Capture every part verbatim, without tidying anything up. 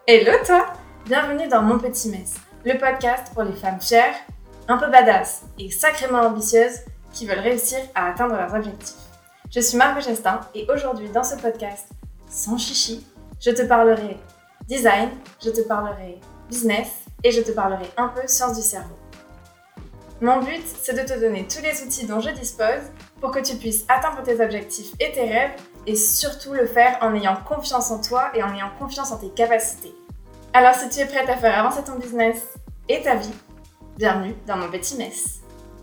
Hello toi! Bienvenue dans Mon Petit Mess, le podcast pour les femmes fières, un peu badass et sacrément ambitieuses qui veulent réussir à atteindre leurs objectifs. Je suis Margot Gestin et aujourd'hui dans ce podcast, sans chichi, je te parlerai design, je te parlerai business et je te parlerai un peu sciences du cerveau. Mon but, c'est de te donner tous les outils dont je dispose pour que tu puisses atteindre tes objectifs et tes rêves et surtout le faire en ayant confiance en toi et en ayant confiance en tes capacités. Alors si tu es prête à faire avancer ton business et ta vie, bienvenue dans Mon Petit Mess.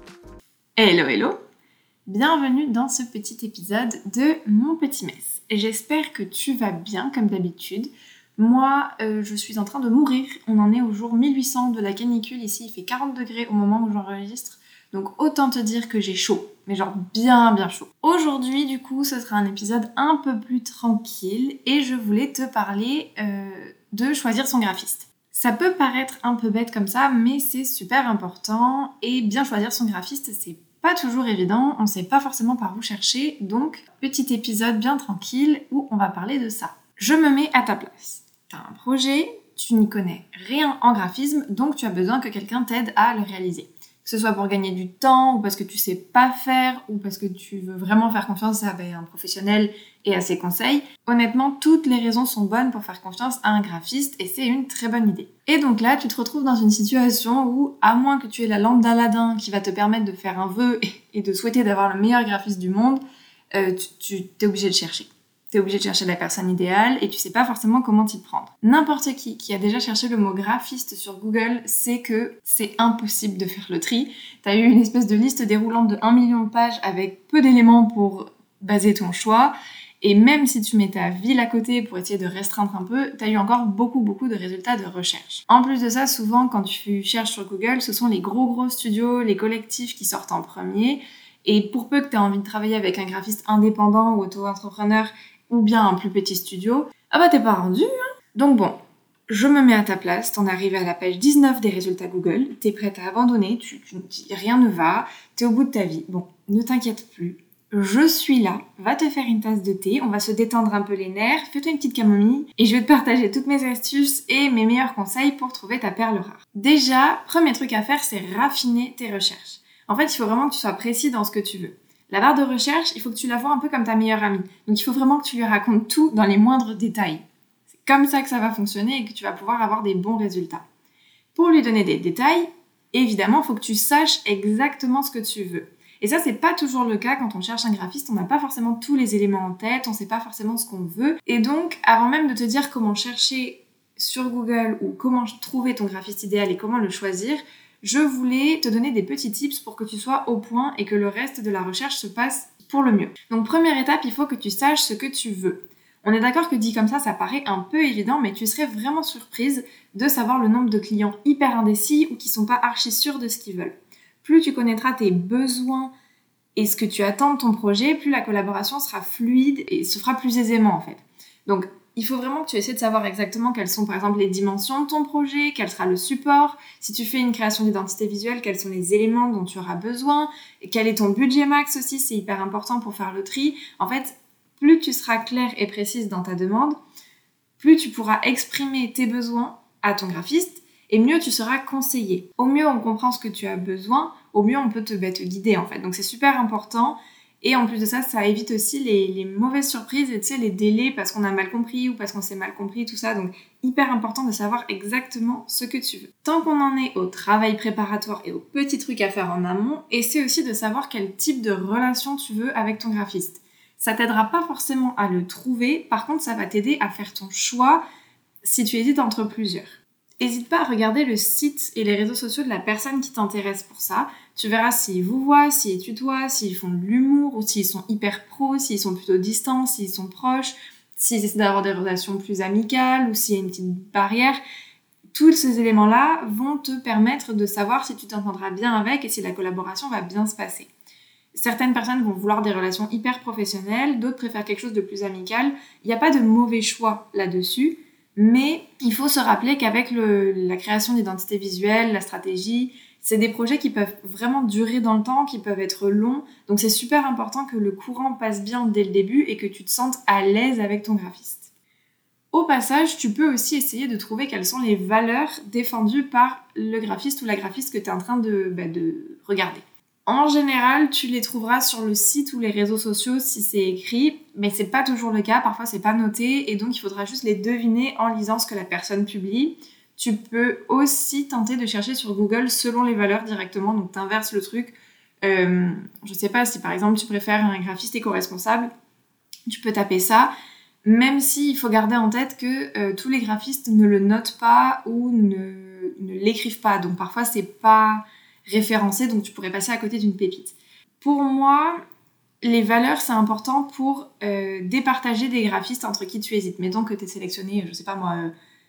Hello hello! Bienvenue dans ce petit épisode de Mon Petit Mess. J'espère que tu vas bien comme d'habitude. Moi, euh, je suis en train de mourir. On en est au jour mille huit cents de la canicule. Ici, il fait quarante degrés au moment où j'enregistre. Donc autant te dire que j'ai chaud. Mais genre bien bien chaud. Aujourd'hui, du coup, ce sera un épisode un peu plus tranquille. Et je voulais te parler euh, de choisir son graphiste. Ça peut paraître un peu bête comme ça, mais c'est super important. Et bien choisir son graphiste, c'est pas toujours évident. On sait pas forcément par où chercher. Donc, petit épisode bien tranquille où on va parler de ça. Je me mets à ta place. Tu as un projet, tu n'y connais rien en graphisme, donc tu as besoin que quelqu'un t'aide à le réaliser. Que ce soit pour gagner du temps, ou parce que tu sais pas faire, ou parce que tu veux vraiment faire confiance à un professionnel et à ses conseils. Honnêtement, toutes les raisons sont bonnes pour faire confiance à un graphiste et c'est une très bonne idée. Et donc là, tu te retrouves dans une situation où, à moins que tu aies la lampe d'Aladin qui va te permettre de faire un vœu et de souhaiter d'avoir le meilleur graphiste du monde, euh, tu, tu es obligé de chercher. T'es obligé de chercher la personne idéale et tu sais pas forcément comment t'y prendre. N'importe qui qui a déjà cherché le mot graphiste sur Google sait que c'est impossible de faire le tri. T'as eu une espèce de liste déroulante de un million de pages avec peu d'éléments pour baser ton choix. Et même si tu mets ta ville à côté pour essayer de restreindre un peu, t'as eu encore beaucoup beaucoup de résultats de recherche. En plus de ça, souvent quand tu cherches sur Google, ce sont les gros gros studios, les collectifs qui sortent en premier. Et pour peu que t'aies envie de travailler avec un graphiste indépendant ou auto-entrepreneur, ou bien un plus petit studio, ah bah t'es pas rendu, hein. Donc bon, je me mets à ta place, t'en arrives à la page dix-neuf des résultats Google, t'es prête à abandonner, tu, tu dis rien ne va, t'es au bout de ta vie. Bon, ne t'inquiète plus, je suis là, va te faire une tasse de thé, on va se détendre un peu les nerfs, fais-toi une petite camomille, et je vais te partager toutes mes astuces et mes meilleurs conseils pour trouver ta perle rare. Déjà, premier truc à faire, c'est raffiner tes recherches. En fait, il faut vraiment que tu sois précis dans ce que tu veux. La barre de recherche, il faut que tu la vois un peu comme ta meilleure amie. Donc il faut vraiment que tu lui racontes tout dans les moindres détails. C'est comme ça que ça va fonctionner et que tu vas pouvoir avoir des bons résultats. Pour lui donner des détails, évidemment, il faut que tu saches exactement ce que tu veux. Et ça, c'est pas toujours le cas quand on cherche un graphiste. On n'a pas forcément tous les éléments en tête, on sait pas forcément ce qu'on veut. Et donc, avant même de te dire comment chercher sur Google ou comment trouver ton graphiste idéal et comment le choisir, je voulais te donner des petits tips pour que tu sois au point et que le reste de la recherche se passe pour le mieux. Donc première étape, il faut que tu saches ce que tu veux. On est d'accord que dit comme ça, ça paraît un peu évident, mais tu serais vraiment surprise de savoir le nombre de clients hyper indécis ou qui sont pas archi sûrs de ce qu'ils veulent. Plus tu connaîtras tes besoins et ce que tu attends de ton projet, plus la collaboration sera fluide et se fera plus aisément en fait. Donc il faut vraiment que tu essaies de savoir exactement quelles sont par exemple les dimensions de ton projet, quel sera le support, si tu fais une création d'identité visuelle, quels sont les éléments dont tu auras besoin, et quel est ton budget max aussi, c'est hyper important pour faire le tri. En fait, plus tu seras claire et précise dans ta demande, plus tu pourras exprimer tes besoins à ton graphiste, et mieux tu seras conseillé. Au mieux on comprend ce que tu as besoin, au mieux on peut te, bah, te guider en fait. Donc c'est super important. Et en plus de ça, ça évite aussi les, les mauvaises surprises et tu sais, les délais parce qu'on a mal compris ou parce qu'on s'est mal compris, tout ça. Donc, hyper important de savoir exactement ce que tu veux. Tant qu'on en est au travail préparatoire et aux petits trucs à faire en amont, essaie aussi de savoir quel type de relation tu veux avec ton graphiste. Ça t'aidera pas forcément à le trouver, par contre, ça va t'aider à faire ton choix si tu hésites entre plusieurs. N'hésite pas à regarder le site et les réseaux sociaux de la personne qui t'intéresse pour ça. Tu verras s'ils vous voient, s'ils tutoient, s'ils font de l'humour ou s'ils sont hyper pros, s'ils sont plutôt distants, s'ils sont proches, s'ils essaient d'avoir des relations plus amicales ou s'il y a une petite barrière. Tous ces éléments-là vont te permettre de savoir si tu t'entendras bien avec et si la collaboration va bien se passer. Certaines personnes vont vouloir des relations hyper professionnelles, d'autres préfèrent quelque chose de plus amical. Il n'y a pas de mauvais choix là-dessus. Mais il faut se rappeler qu'avec le, la création d'identité visuelle, la stratégie, c'est des projets qui peuvent vraiment durer dans le temps, qui peuvent être longs. Donc c'est super important que le courant passe bien dès le début et que tu te sentes à l'aise avec ton graphiste. Au passage, tu peux aussi essayer de trouver quelles sont les valeurs défendues par le graphiste ou la graphiste que tu es en train de, bah, de regarder. En général, tu les trouveras sur le site ou les réseaux sociaux si c'est écrit, mais c'est pas toujours le cas, parfois c'est pas noté, et donc il faudra juste les deviner en lisant ce que la personne publie. Tu peux aussi tenter de chercher sur Google selon les valeurs directement, donc t'inverses le truc. Euh, je sais pas, si par exemple tu préfères un graphiste éco-responsable, tu peux taper ça, même si il faut garder en tête que euh, tous les graphistes ne le notent pas ou ne, ne l'écrivent pas, donc parfois c'est pas référencé, donc tu pourrais passer à côté d'une pépite. Pour moi, les valeurs c'est important pour euh, départager des graphistes entre qui tu hésites. Mettons que tu es sélectionné, je sais pas moi, euh,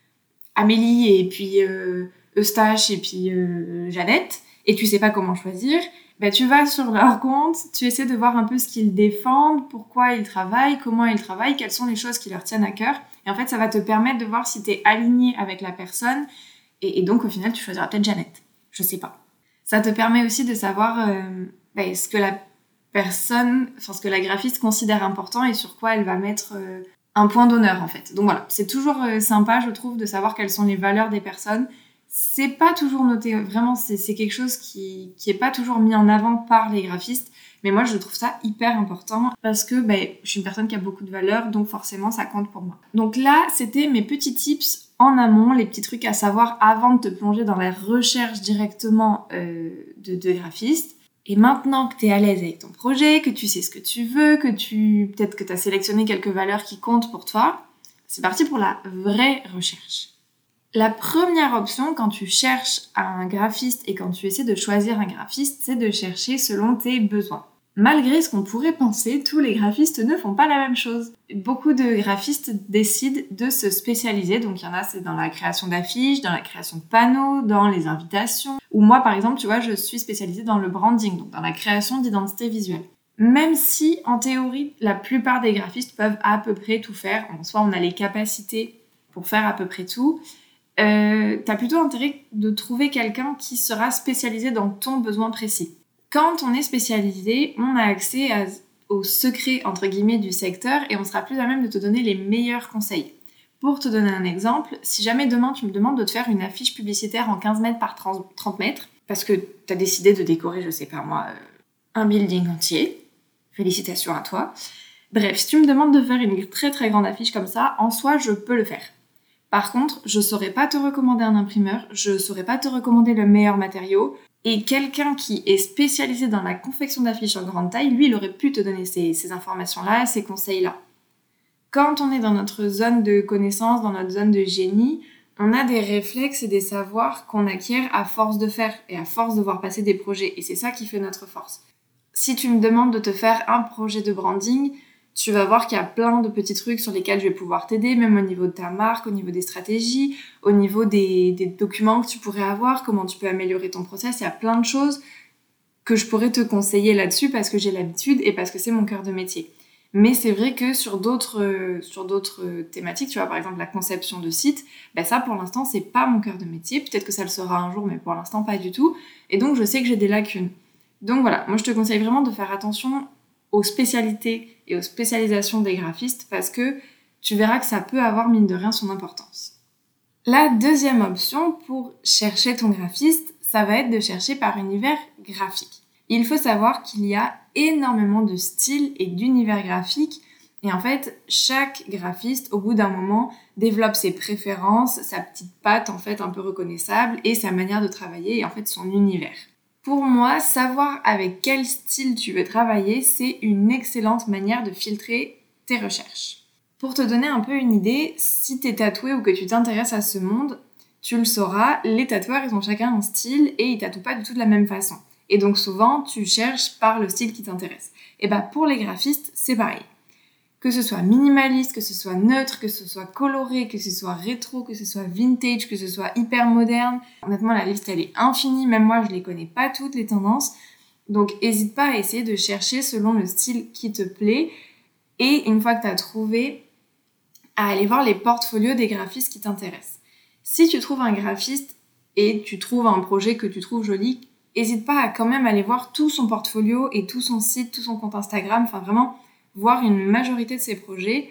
Amélie et puis euh, Eustache et puis euh, Jeannette, et tu sais pas comment choisir, bah, tu vas sur leur compte, tu essaies de voir un peu ce qu'ils défendent, pourquoi ils travaillent, comment ils travaillent, quelles sont les choses qui leur tiennent à cœur. Et en fait, ça va te permettre de voir si tu es aligné avec la personne. Et, et donc, au final, tu choisiras peut-être Jeannette. Je sais pas. Ça te permet aussi de savoir euh, bah, ce que la personne, enfin ce que la graphiste considère important et sur quoi elle va mettre euh, un point d'honneur, en fait. Donc voilà, c'est toujours euh, sympa, je trouve, de savoir quelles sont les valeurs des personnes. C'est pas toujours noté, vraiment, c'est, c'est quelque chose qui, qui est pas toujours mis en avant par les graphistes, mais moi je trouve ça hyper important parce que ben, je suis une personne qui a beaucoup de valeurs, donc forcément ça compte pour moi. Donc là, c'était mes petits tips en amont, les petits trucs à savoir avant de te plonger dans la recherche directement euh, de, de graphiste. Et maintenant que tu es à l'aise avec ton projet, que tu sais ce que tu veux, que tu peut-être que tu as sélectionné quelques valeurs qui comptent pour toi, c'est parti pour la vraie recherche. La première option quand tu cherches un graphiste et quand tu essaies de choisir un graphiste, c'est de chercher selon tes besoins. Malgré ce qu'on pourrait penser, tous les graphistes ne font pas la même chose. Beaucoup de graphistes décident de se spécialiser, donc il y en a, c'est dans la création d'affiches, dans la création de panneaux, dans les invitations. Ou moi, par exemple, tu vois, je suis spécialisée dans le branding, donc dans la création d'identité visuelle. Même si, en théorie, la plupart des graphistes peuvent à peu près tout faire, en soi, on a les capacités pour faire à peu près tout, Euh, t'as plutôt intérêt de trouver quelqu'un qui sera spécialisé dans ton besoin précis. Quand on est spécialisé, on a accès à, aux secrets entre guillemets du secteur et on sera plus à même de te donner les meilleurs conseils. Pour te donner un exemple, si jamais demain tu me demandes de te faire une affiche publicitaire en quinze mètres par trente mètres, parce que t'as décidé de décorer, je sais pas moi, un building entier, félicitations à toi. Bref, si tu me demandes de faire une très très grande affiche comme ça, en soi je peux le faire. Par contre, je ne saurais pas te recommander un imprimeur, je ne saurais pas te recommander le meilleur matériau, et quelqu'un qui est spécialisé dans la confection d'affiches en grande taille, lui, il aurait pu te donner ces, ces informations-là, ces conseils-là. Quand on est dans notre zone de connaissance, dans notre zone de génie, on a des réflexes et des savoirs qu'on acquiert à force de faire et à force de voir passer des projets, et c'est ça qui fait notre force. Si tu me demandes de te faire un projet de branding, tu vas voir qu'il y a plein de petits trucs sur lesquels je vais pouvoir t'aider, même au niveau de ta marque, au niveau des stratégies, au niveau des, des documents que tu pourrais avoir, comment tu peux améliorer ton process. Il y a plein de choses que je pourrais te conseiller là-dessus parce que j'ai l'habitude et parce que c'est mon cœur de métier. Mais c'est vrai que sur d'autres, euh, sur d'autres thématiques, tu vois, par exemple la conception de site, ben ça pour l'instant c'est pas mon cœur de métier. Peut-être que ça le sera un jour, mais pour l'instant pas du tout. Et donc je sais que j'ai des lacunes. Donc voilà, moi je te conseille vraiment de faire attention aux spécialités et aux spécialisations des graphistes parce que tu verras que ça peut avoir mine de rien son importance. La deuxième option pour chercher ton graphiste, ça va être de chercher par univers graphique. Il faut savoir qu'il y a énormément de styles et d'univers graphiques et en fait, chaque graphiste, au bout d'un moment, développe ses préférences, sa petite patte en fait un peu reconnaissable et sa manière de travailler et en fait son univers. Pour moi, savoir avec quel style tu veux travailler, c'est une excellente manière de filtrer tes recherches. Pour te donner un peu une idée, si t'es tatoué ou que tu t'intéresses à ce monde, tu le sauras, les tatoueurs, ils ont chacun un style et ils tatouent pas du tout de la même façon. Et donc souvent, tu cherches par le style qui t'intéresse. Et bah pour les graphistes, c'est pareil. Que ce soit minimaliste, que ce soit neutre, que ce soit coloré, que ce soit rétro, que ce soit vintage, que ce soit hyper moderne. Honnêtement, la liste, elle est infinie. Même moi, je les connais pas toutes, les tendances. Donc, n'hésite pas à essayer de chercher selon le style qui te plaît. Et une fois que tu as trouvé, à aller voir les portfolios des graphistes qui t'intéressent. Si tu trouves un graphiste et tu trouves un projet que tu trouves joli, n'hésite pas à quand même aller voir tout son portfolio et tout son site, tout son compte Instagram. Enfin, vraiment, voir une majorité de ses projets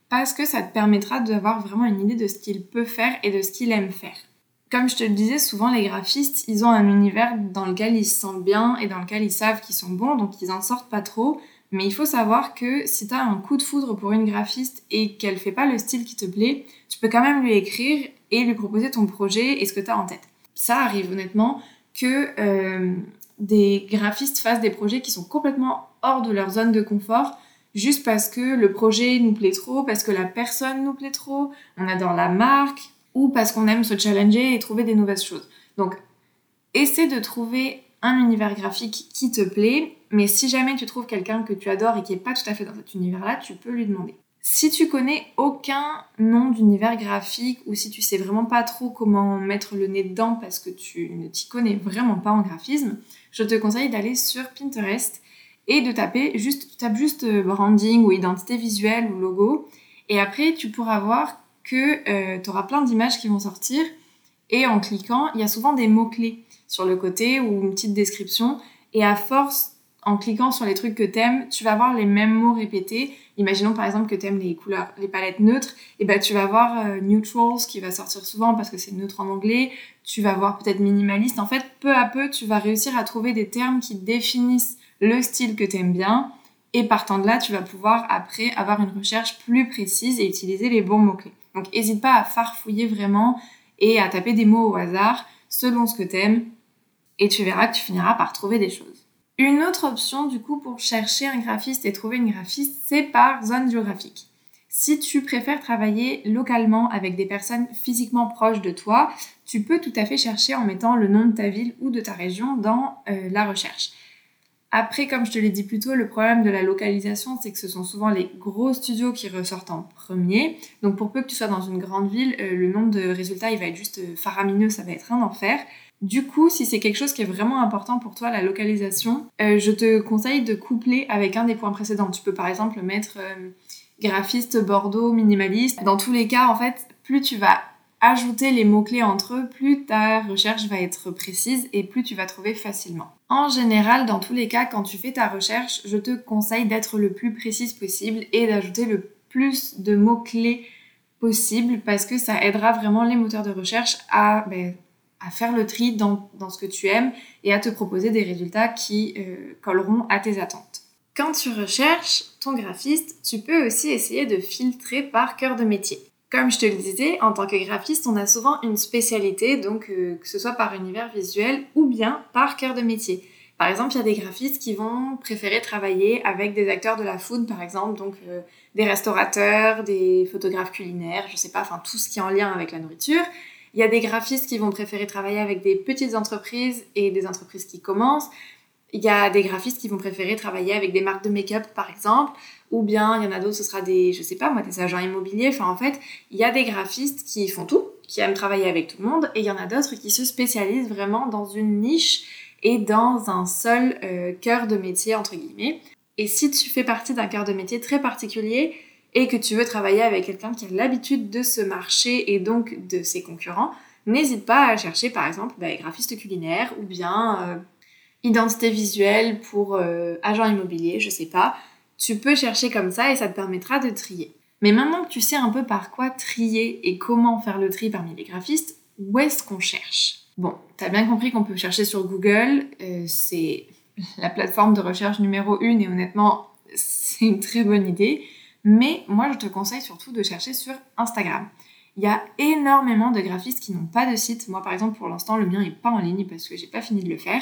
parce que ça te permettra d'avoir vraiment une idée de ce qu'il peut faire et de ce qu'il aime faire. Comme je te le disais, souvent les graphistes, ils ont un univers dans lequel ils se sentent bien et dans lequel ils savent qu'ils sont bons, donc ils en sortent pas trop. Mais il faut savoir que si tu as un coup de foudre pour une graphiste et qu'elle fait pas le style qui te plaît, tu peux quand même lui écrire et lui proposer ton projet et ce que tu as en tête. Ça arrive honnêtement que euh, des graphistes fassent des projets qui sont complètement hors de leur zone de confort, juste parce que le projet nous plaît trop, parce que la personne nous plaît trop, on adore la marque, ou parce qu'on aime se challenger et trouver des nouvelles choses. Donc, essaie de trouver un univers graphique qui te plaît, mais si jamais tu trouves quelqu'un que tu adores et qui n'est pas tout à fait dans cet univers-là, tu peux lui demander. Si tu connais aucun nom d'univers graphique ou si tu sais vraiment pas trop comment mettre le nez dedans parce que tu ne t'y connais vraiment pas en graphisme, je te conseille d'aller sur Pinterest et de taper juste, tu tapes juste branding ou identité visuelle ou logo, et après tu pourras voir que euh, tu auras plein d'images qui vont sortir, et en cliquant, il y a souvent des mots-clés sur le côté ou une petite description, et à force, en cliquant sur les trucs que t'aimes, tu vas voir les mêmes mots répétés. Imaginons par exemple que t'aimes les couleurs, les palettes neutres, et ben tu vas voir euh, neutrals qui va sortir souvent parce que c'est neutre en anglais, tu vas voir peut-être minimaliste. En fait, peu à peu, tu vas réussir à trouver des termes qui définissent le style que t'aimes bien, et partant de là, tu vas pouvoir après avoir une recherche plus précise et utiliser les bons mots-clés. Donc n'hésite pas à farfouiller vraiment et à taper des mots au hasard selon ce que t'aimes, et tu verras que tu finiras par trouver des choses. Une autre option du coup pour chercher un graphiste et trouver une graphiste, c'est par zone géographique. Si tu préfères travailler localement avec des personnes physiquement proches de toi, tu peux tout à fait chercher en mettant le nom de ta ville ou de ta région dans euh, la recherche. Après, comme je te l'ai dit plus tôt, le problème de la localisation, c'est que ce sont souvent les gros studios qui ressortent en premier. Donc pour peu que tu sois dans une grande ville, euh, le nombre de résultats, il va être juste faramineux, ça va être un enfer. Du coup, si c'est quelque chose qui est vraiment important pour toi, la localisation, euh, je te conseille de coupler avec un des points précédents. Tu peux par exemple mettre euh, graphiste Bordeaux minimaliste. Dans tous les cas, en fait, plus tu vas ajouter les mots-clés entre eux, plus ta recherche va être précise et plus tu vas trouver facilement. En général, dans tous les cas, quand tu fais ta recherche, je te conseille d'être le plus précise possible et d'ajouter le plus de mots-clés possible parce que ça aidera vraiment les moteurs de recherche à... Ben, à faire le tri dans, dans ce que tu aimes et à te proposer des résultats qui euh, colleront à tes attentes. Quand tu recherches ton graphiste, tu peux aussi essayer de filtrer par cœur de métier. Comme je te le disais, en tant que graphiste, on a souvent une spécialité, donc euh, que ce soit par univers visuel ou bien par cœur de métier. Par exemple, il y a des graphistes qui vont préférer travailler avec des acteurs de la food, par exemple, donc euh, des restaurateurs, des photographes culinaires, je sais pas, enfin tout ce qui est en lien avec la nourriture. Il y a des graphistes qui vont préférer travailler avec des petites entreprises et des entreprises qui commencent. Il y a des graphistes qui vont préférer travailler avec des marques de make-up, par exemple. Ou bien, il y en a d'autres, ce sera des, je sais pas moi, des agents immobiliers. Enfin, en fait, il y a des graphistes qui font tout, qui aiment travailler avec tout le monde. Et il y en a d'autres qui se spécialisent vraiment dans une niche et dans un seul euh, cœur de métier, entre guillemets. Et si tu fais partie d'un cœur de métier très particulier et que tu veux travailler avec quelqu'un qui a l'habitude de ce marché et donc de ses concurrents, n'hésite pas à chercher par exemple bah, graphiste culinaire ou bien euh, identité visuelle pour euh, agent immobilier, je sais pas. Tu peux chercher comme ça et ça te permettra de trier. Mais maintenant que tu sais un peu par quoi trier et comment faire le tri parmi les graphistes, où est-ce qu'on cherche ? Bon, t'as bien compris qu'on peut chercher sur Google, euh, c'est la plateforme de recherche numéro une et honnêtement, c'est une très bonne idée. Mais moi, je te conseille surtout de chercher sur Instagram. Il y a énormément de graphistes qui n'ont pas de site. Moi, par exemple, pour l'instant, le mien n'est pas en ligne parce que j'ai pas fini de le faire.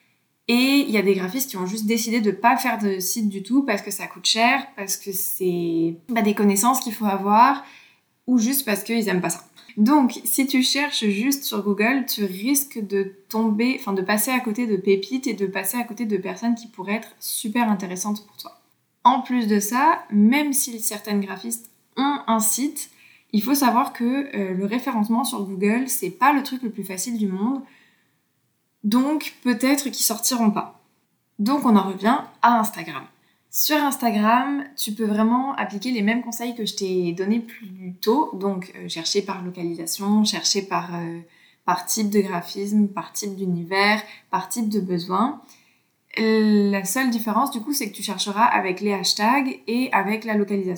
Et il y a des graphistes qui ont juste décidé de ne pas faire de site du tout parce que ça coûte cher, parce que c'est bah, des connaissances qu'il faut avoir, ou juste parce qu'ils n'aiment pas ça. Donc, si tu cherches juste sur Google, tu risques de tomber, enfin de passer à côté de pépites et de passer à côté de personnes qui pourraient être super intéressantes pour toi. En plus de ça, même si certaines graphistes ont un site, il faut savoir que euh, le référencement sur Google, c'est pas le truc le plus facile du monde. Donc, peut-être qu'ils sortiront pas. Donc, on en revient à Instagram. Sur Instagram, tu peux vraiment appliquer les mêmes conseils que je t'ai donnés plus tôt. Donc, euh, chercher par localisation, chercher par, euh, par type de graphisme, par type d'univers, par type de besoin. La seule différence, du coup, c'est que tu chercheras avec les hashtags et avec la localisation.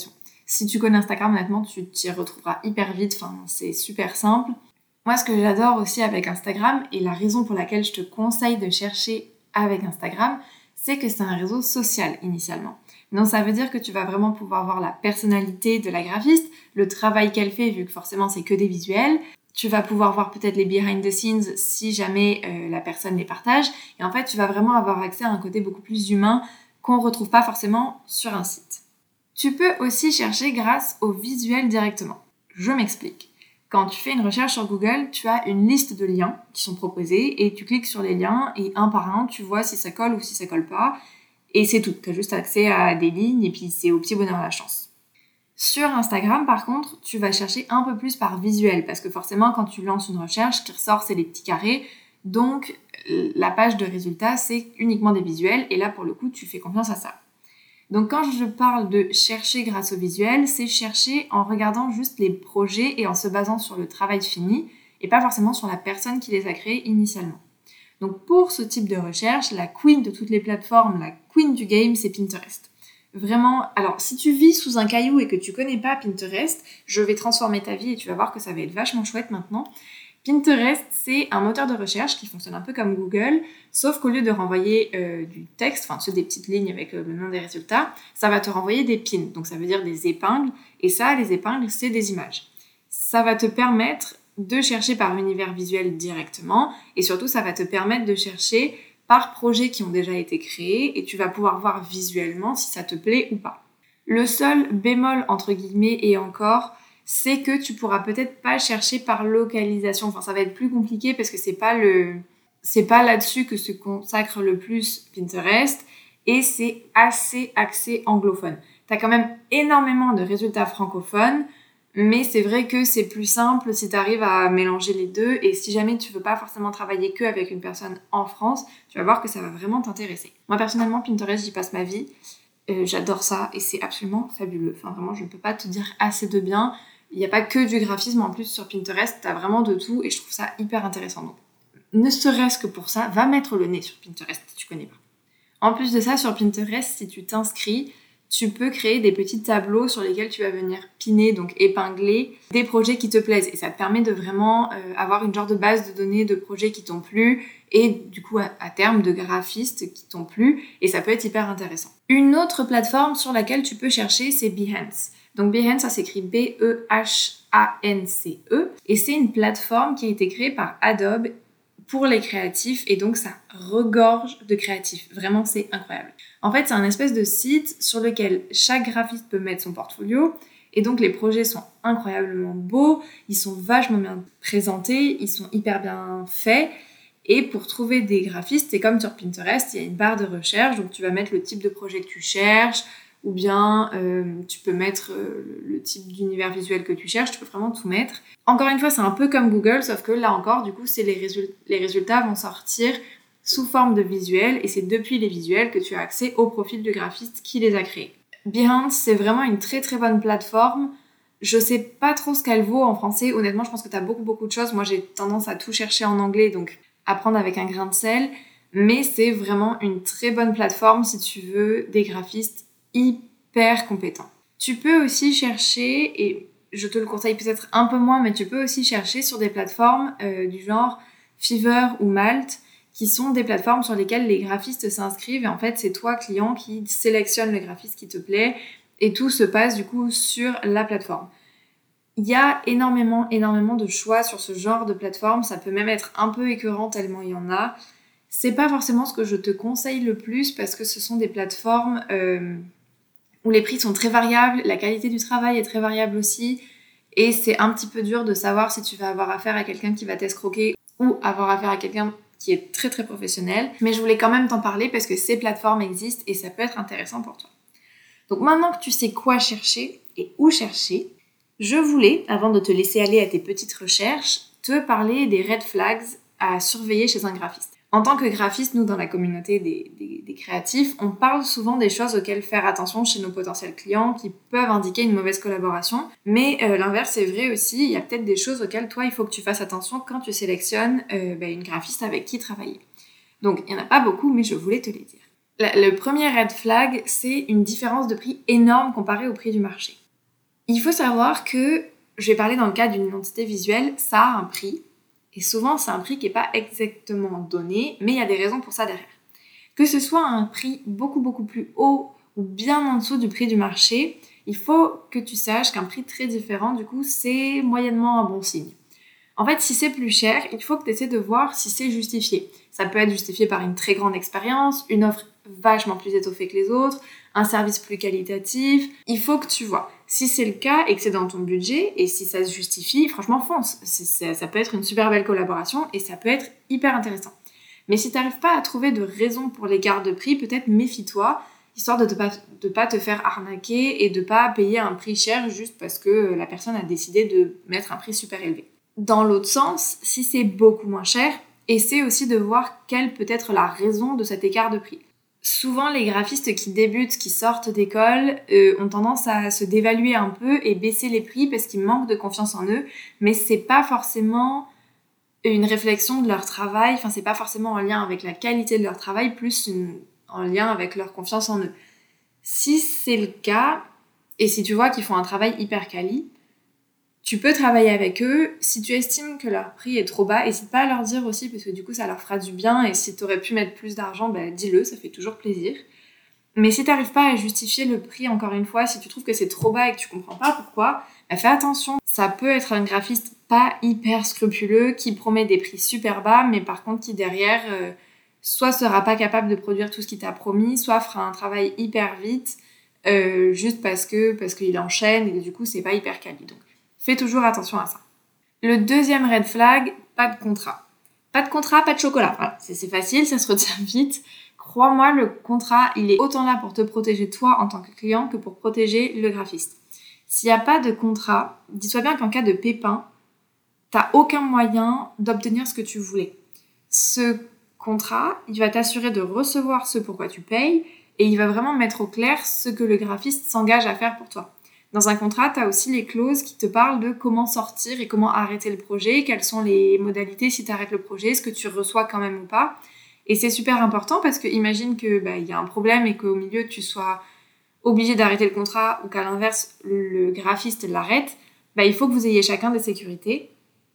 Si tu connais Instagram, honnêtement, tu t'y retrouveras hyper vite, enfin, c'est super simple. Moi, ce que j'adore aussi avec Instagram, et la raison pour laquelle je te conseille de chercher avec Instagram, c'est que c'est un réseau social initialement. Donc ça veut dire que tu vas vraiment pouvoir voir la personnalité de la graphiste, le travail qu'elle fait, vu que forcément c'est que des visuels. Tu vas pouvoir voir peut-être les behind the scenes si jamais euh, la personne les partage. Et en fait, tu vas vraiment avoir accès à un côté beaucoup plus humain qu'on ne retrouve pas forcément sur un site. Tu peux aussi chercher grâce aux visuels directement. Je m'explique. Quand tu fais une recherche sur Google, tu as une liste de liens qui sont proposés et tu cliques sur les liens et un par un, tu vois si ça colle ou si ça colle pas. Et c'est tout. Tu as juste accès à des lignes et puis c'est au petit bonheur la chance. Sur Instagram, par contre, tu vas chercher un peu plus par visuel parce que forcément, quand tu lances une recherche, ce qui ressort, c'est les petits carrés. Donc, la page de résultats, c'est uniquement des visuels et là, pour le coup, tu fais confiance à ça. Donc quand je parle de chercher grâce au visuel, c'est chercher en regardant juste les projets et en se basant sur le travail fini et pas forcément sur la personne qui les a créés initialement. Donc pour ce type de recherche, la queen de toutes les plateformes, la queen du game, c'est Pinterest. Vraiment, alors si tu vis sous un caillou et que tu connais pas Pinterest, je vais transformer ta vie et tu vas voir que ça va être vachement chouette maintenant. Pinterest, c'est un moteur de recherche qui fonctionne un peu comme Google, sauf qu'au lieu de renvoyer euh, du texte, enfin, des petites lignes avec euh, le nom des résultats, ça va te renvoyer des pins, donc ça veut dire des épingles, et ça, les épingles, c'est des images. Ça va te permettre de chercher par univers visuel directement, et surtout, ça va te permettre de chercher par projets qui ont déjà été créés, et tu vas pouvoir voir visuellement si ça te plaît ou pas. Le seul bémol, entre guillemets, et encore, c'est que tu pourras peut-être pas chercher par localisation. Enfin, ça va être plus compliqué parce que c'est pas le, c'est pas là-dessus que se consacre le plus Pinterest et c'est assez axé anglophone. T'as quand même énormément de résultats francophones, mais c'est vrai que c'est plus simple si t'arrives à mélanger les deux et si jamais tu veux pas forcément travailler que avec une personne en France, tu vas voir que ça va vraiment t'intéresser. Moi, personnellement, Pinterest, j'y passe ma vie. Euh, j'adore ça et c'est absolument fabuleux. Enfin, vraiment, je ne peux pas te dire assez de bien. Il n'y a pas que du graphisme en plus sur Pinterest, t'as vraiment de tout et je trouve ça hyper intéressant. Donc, ne serait-ce que pour ça, va mettre le nez sur Pinterest si tu connais pas. En plus de ça, sur Pinterest, si tu t'inscris, tu peux créer des petits tableaux sur lesquels tu vas venir piner, donc épingler, des projets qui te plaisent. Et ça te permet de vraiment euh, avoir une genre de base de données de projets qui t'ont plu et du coup, à, à terme, de graphistes qui t'ont plu. Et ça peut être hyper intéressant. Une autre plateforme sur laquelle tu peux chercher, c'est Behance. Donc Behance, ça s'écrit B E H A N C E. Et c'est une plateforme qui a été créée par Adobe pour les créatifs et donc ça regorge de créatifs. Vraiment, c'est incroyable. En fait, c'est un espèce de site sur lequel chaque graphiste peut mettre son portfolio et donc les projets sont incroyablement beaux, ils sont vachement bien présentés, ils sont hyper bien faits et pour trouver des graphistes, c'est comme sur Pinterest, il y a une barre de recherche, donc tu vas mettre le type de projet que tu cherches ou bien euh, tu peux mettre euh, le type d'univers visuel que tu cherches, tu peux vraiment tout mettre. Encore une fois, c'est un peu comme Google, sauf que là encore, du coup, c'est les, résul- les résultats vont sortir sous forme de visuels, et c'est depuis les visuels que tu as accès au profil du graphiste qui les a créés. Behance, c'est vraiment une très très bonne plateforme. Je sais pas trop ce qu'elle vaut en français, honnêtement, je pense que tu as beaucoup beaucoup de choses. Moi, j'ai tendance à tout chercher en anglais, donc à prendre avec un grain de sel, mais c'est vraiment une très bonne plateforme si tu veux des graphistes hyper compétents. Tu peux aussi chercher, et je te le conseille peut-être un peu moins, mais tu peux aussi chercher sur des plateformes euh, du genre Fiverr ou Malt, qui sont des plateformes sur lesquelles les graphistes s'inscrivent, et en fait, c'est toi, client, qui sélectionne le graphiste qui te plaît, et tout se passe du coup sur la plateforme. Il y a énormément, énormément de choix sur ce genre de plateforme, ça peut même être un peu écœurant tellement il y en a. C'est pas forcément ce que je te conseille le plus, parce que ce sont des plateformes euh, où les prix sont très variables, la qualité du travail est très variable aussi, et c'est un petit peu dur de savoir si tu vas avoir affaire à quelqu'un qui va t'escroquer ou avoir affaire à quelqu'un qui est très très professionnel. Mais je voulais quand même t'en parler parce que ces plateformes existent et ça peut être intéressant pour toi. Donc maintenant que tu sais quoi chercher et où chercher, je voulais, avant de te laisser aller à tes petites recherches, te parler des red flags à surveiller chez un graphiste. En tant que graphiste, nous, dans la communauté des, des, des créatifs, on parle souvent des choses auxquelles faire attention chez nos potentiels clients qui peuvent indiquer une mauvaise collaboration. Mais euh, l'inverse est vrai aussi, il y a peut-être des choses auxquelles toi, il faut que tu fasses attention quand tu sélectionnes euh, bah, une graphiste avec qui travailler. Donc, il n'y en a pas beaucoup, mais je voulais te les dire. Le premier red flag, c'est une différence de prix énorme comparée au prix du marché. Il faut savoir que, je vais parler dans le cas d'une identité visuelle, ça a un prix. Et souvent, c'est un prix qui n'est pas exactement donné, mais il y a des raisons pour ça derrière. Que ce soit un prix beaucoup beaucoup plus haut ou bien en dessous du prix du marché, il faut que tu saches qu'un prix très différent, du coup, c'est moyennement un bon signe. En fait, si c'est plus cher, il faut que tu essaies de voir si c'est justifié. Ça peut être justifié par une très grande expérience, une offre vachement plus étoffée que les autres, un service plus qualitatif. Il faut que tu vois. Si c'est le cas et que c'est dans ton budget, et si ça se justifie, franchement, fonce. C'est, c'est, ça peut être une super belle collaboration et ça peut être hyper intéressant. Mais si tu n'arrives pas à trouver de raison pour l'écart de prix, peut-être méfie-toi, histoire de ne pas, de pas te faire arnaquer et de ne pas payer un prix cher juste parce que la personne a décidé de mettre un prix super élevé. Dans l'autre sens, si c'est beaucoup moins cher, essaie aussi de voir quelle peut être la raison de cet écart de prix. Souvent, les graphistes qui débutent, qui sortent d'école, euh, ont tendance à se dévaluer un peu et baisser les prix parce qu'ils manquent de confiance en eux, mais c'est pas forcément une réflexion de leur travail, enfin c'est pas forcément en lien avec la qualité de leur travail, plus une, en lien avec leur confiance en eux. Si c'est le cas, et si tu vois qu'ils font un travail hyper quali, tu peux travailler avec eux. Si tu estimes que leur prix est trop bas, n'hésite pas à leur dire aussi, parce que du coup, ça leur fera du bien. Et si tu aurais pu mettre plus d'argent, bah, dis-le, ça fait toujours plaisir. Mais si tu n'arrives pas à justifier le prix, encore une fois, si tu trouves que c'est trop bas et que tu comprends pas pourquoi, bah, fais attention. Ça peut être un graphiste pas hyper scrupuleux, qui promet des prix super bas, mais par contre qui derrière, euh, soit sera pas capable de produire tout ce qu'il t'a promis, soit fera un travail hyper vite, euh, juste parce que parce qu'il enchaîne et du coup, c'est pas hyper quali. Donc, fais toujours attention à ça. Le deuxième red flag, pas de contrat. Pas de contrat, pas de chocolat. Voilà, c'est, c'est facile, ça se retient vite. Crois-moi, le contrat, il est autant là pour te protéger toi en tant que client que pour protéger le graphiste. S'il n'y a pas de contrat, dis-toi bien qu'en cas de pépin, t'as aucun moyen d'obtenir ce que tu voulais. Ce contrat, il va t'assurer de recevoir ce pourquoi tu payes et il va vraiment mettre au clair ce que le graphiste s'engage à faire pour toi. Dans un contrat, tu as aussi les clauses qui te parlent de comment sortir et comment arrêter le projet, quelles sont les modalités si tu arrêtes le projet, ce que tu reçois quand même ou pas. Et c'est super important parce que imagine que bah, y a un problème et qu'au milieu tu sois obligé d'arrêter le contrat ou qu'à l'inverse le graphiste l'arrête, bah, il faut que vous ayez chacun des sécurités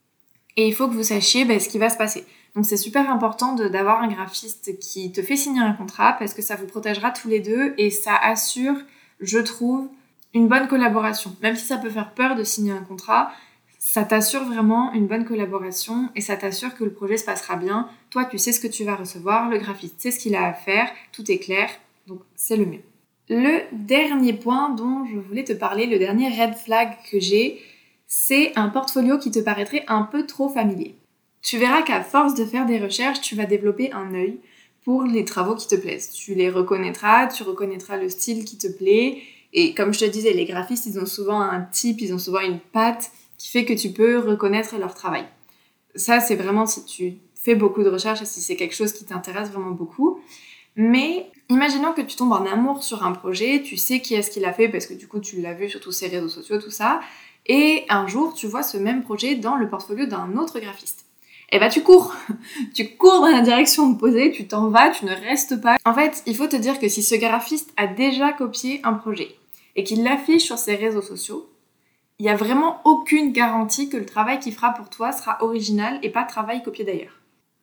et il faut que vous sachiez bah, ce qui va se passer. Donc c'est super important de, d'avoir un graphiste qui te fait signer un contrat parce que ça vous protégera tous les deux et ça assure, je trouve, une bonne collaboration. Même si ça peut faire peur de signer un contrat, ça t'assure vraiment une bonne collaboration et ça t'assure que le projet se passera bien. Toi, tu sais ce que tu vas recevoir, le graphiste sait ce qu'il a à faire, tout est clair, donc c'est le mieux. Le dernier point dont je voulais te parler, le dernier red flag que j'ai, c'est un portfolio qui te paraîtrait un peu trop familier. Tu verras qu'à force de faire des recherches, tu vas développer un œil pour les travaux qui te plaisent. Tu les reconnaîtras, tu reconnaîtras le style qui te plaît. Et comme je te disais, les graphistes, ils ont souvent un type, ils ont souvent une patte qui fait que tu peux reconnaître leur travail. Ça, c'est vraiment si tu fais beaucoup de recherches et si c'est quelque chose qui t'intéresse vraiment beaucoup. Mais imaginons que tu tombes en amour sur un projet, tu sais qui est-ce qu'il a fait parce que du coup, tu l'as vu sur tous ses réseaux sociaux, tout ça. Et un jour, tu vois ce même projet dans le portfolio d'un autre graphiste. Et bah tu cours, tu cours dans la direction opposée, tu t'en vas, tu ne restes pas. En fait, il faut te dire que si ce graphiste a déjà copié un projet et qu'il l'affiche sur ses réseaux sociaux, il n'y a vraiment aucune garantie que le travail qu'il fera pour toi sera original et pas travail copié d'ailleurs.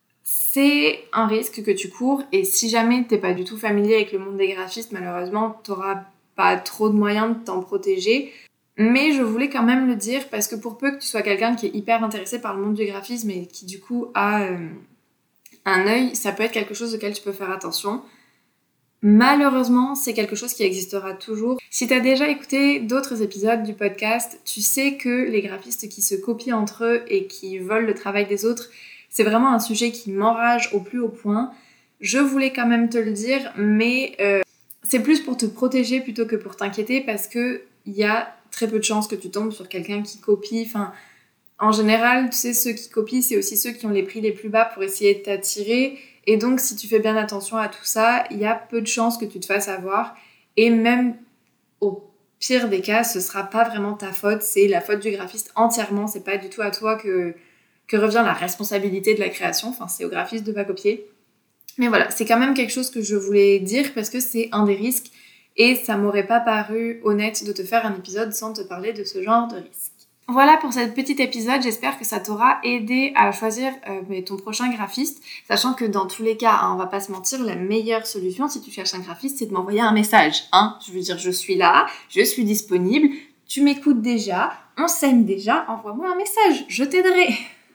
C'est un risque que tu cours et si jamais t'es pas du tout familier avec le monde des graphistes, malheureusement, t'auras pas trop de moyens de t'en protéger. Mais je voulais quand même le dire parce que pour peu que tu sois quelqu'un qui est hyper intéressé par le monde du graphisme et qui du coup a euh, un œil, ça peut être quelque chose auquel tu peux faire attention. Malheureusement, c'est quelque chose qui existera toujours. Si tu as déjà écouté d'autres épisodes du podcast, tu sais que les graphistes qui se copient entre eux et qui volent le travail des autres, c'est vraiment un sujet qui m'enrage au plus haut point. Je voulais quand même te le dire, mais euh, c'est plus pour te protéger plutôt que pour t'inquiéter parce que il y a très peu de chances que tu tombes sur quelqu'un qui copie. Enfin, en général, tu sais, ceux qui copient, c'est aussi ceux qui ont les prix les plus bas pour essayer de t'attirer. Et donc, si tu fais bien attention à tout ça, il y a peu de chances que tu te fasses avoir. Et même au pire des cas, ce sera pas vraiment ta faute. C'est la faute du graphiste entièrement. C'est pas du tout à toi que, que revient la responsabilité de la création. Enfin, c'est au graphiste de pas copier. Mais voilà, c'est quand même quelque chose que je voulais dire parce que c'est un des risques. et ça m'aurait pas paru honnête de te faire un épisode sans te parler de ce genre de risque. Voilà pour ce petit épisode, j'espère que ça t'aura aidé à choisir euh, ton prochain graphiste, sachant que dans tous les cas, hein, on va pas se mentir, la meilleure solution si tu cherches un graphiste, c'est de m'envoyer un message. Hein. Je veux dire, je suis là, je suis disponible, tu m'écoutes déjà, on s'aime déjà, envoie-moi un message, je t'aiderai.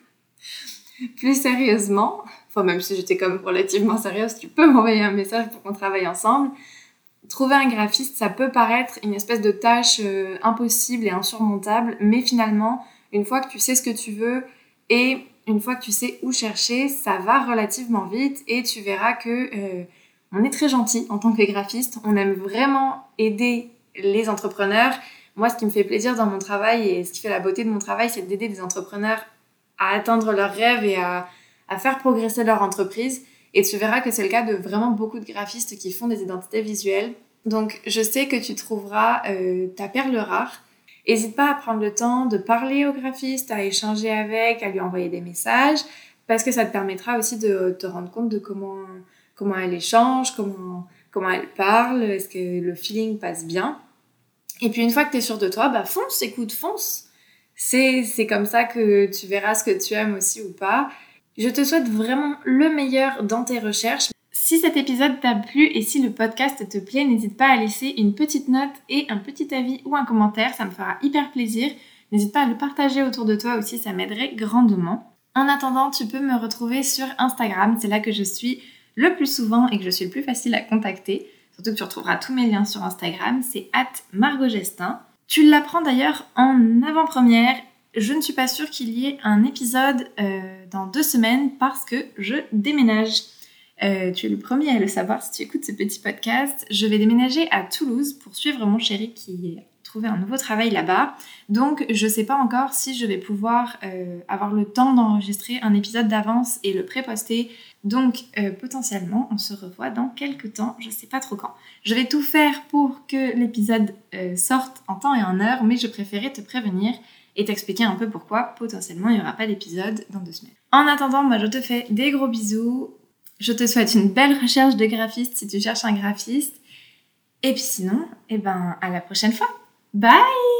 Plus sérieusement, enfin même si j'étais quand même relativement sérieuse, tu peux m'envoyer un message pour qu'on travaille ensemble. Trouver un graphiste, ça peut paraître une espèce de tâche euh, impossible et insurmontable, mais finalement, une fois que tu sais ce que tu veux et une fois que tu sais où chercher, ça va relativement vite et tu verras que euh, on est très gentil en tant que graphiste. On aime vraiment aider les entrepreneurs. Moi, ce qui me fait plaisir dans mon travail et ce qui fait la beauté de mon travail, c'est d'aider des entrepreneurs à atteindre leurs rêves et à, à faire progresser leur entreprise. Et tu verras que c'est le cas de vraiment beaucoup de graphistes qui font des identités visuelles. Donc, je sais que tu trouveras euh, ta perle rare. N'hésite pas à prendre le temps de parler au graphiste, à échanger avec, à lui envoyer des messages, parce que ça te permettra aussi de te rendre compte de comment, comment elle échange, comment, comment elle parle, est-ce que le feeling passe bien. Et puis, une fois que tu es sûr de toi, bah fonce, écoute, fonce. C'est, c'est comme ça que tu verras ce que tu aimes aussi ou pas. Je te souhaite vraiment le meilleur dans tes recherches. Si cet épisode t'a plu et si le podcast te plaît, n'hésite pas à laisser une petite note et un petit avis ou un commentaire, ça me fera hyper plaisir. N'hésite pas à le partager autour de toi aussi, ça m'aiderait grandement. En attendant, tu peux me retrouver sur Instagram, c'est là que je suis le plus souvent et que je suis le plus facile à contacter. Surtout que tu retrouveras tous mes liens sur Instagram, c'est arobase margot gestin. Tu l'apprends d'ailleurs en avant-première. Je ne suis pas sûre qu'il y ait un épisode euh, dans deux semaines parce que je déménage. Euh, tu es le premier à le savoir si tu écoutes ce petit podcast. Je vais déménager à Toulouse pour suivre mon chéri qui a trouvé un nouveau travail là-bas. Donc, je ne sais pas encore si je vais pouvoir euh, avoir le temps d'enregistrer un épisode d'avance et le pré-poster. Donc, euh, potentiellement, on se revoit dans quelques temps. Je ne sais pas trop quand. Je vais tout faire pour que l'épisode euh, sorte en temps et en heure, mais je préférais te prévenir et t'expliquer un peu pourquoi potentiellement il n'y aura pas d'épisode dans deux semaines. En attendant, moi je te fais des gros bisous. Je te souhaite une belle recherche de graphiste si tu cherches un graphiste. Et puis sinon, eh ben, à la prochaine fois. Bye!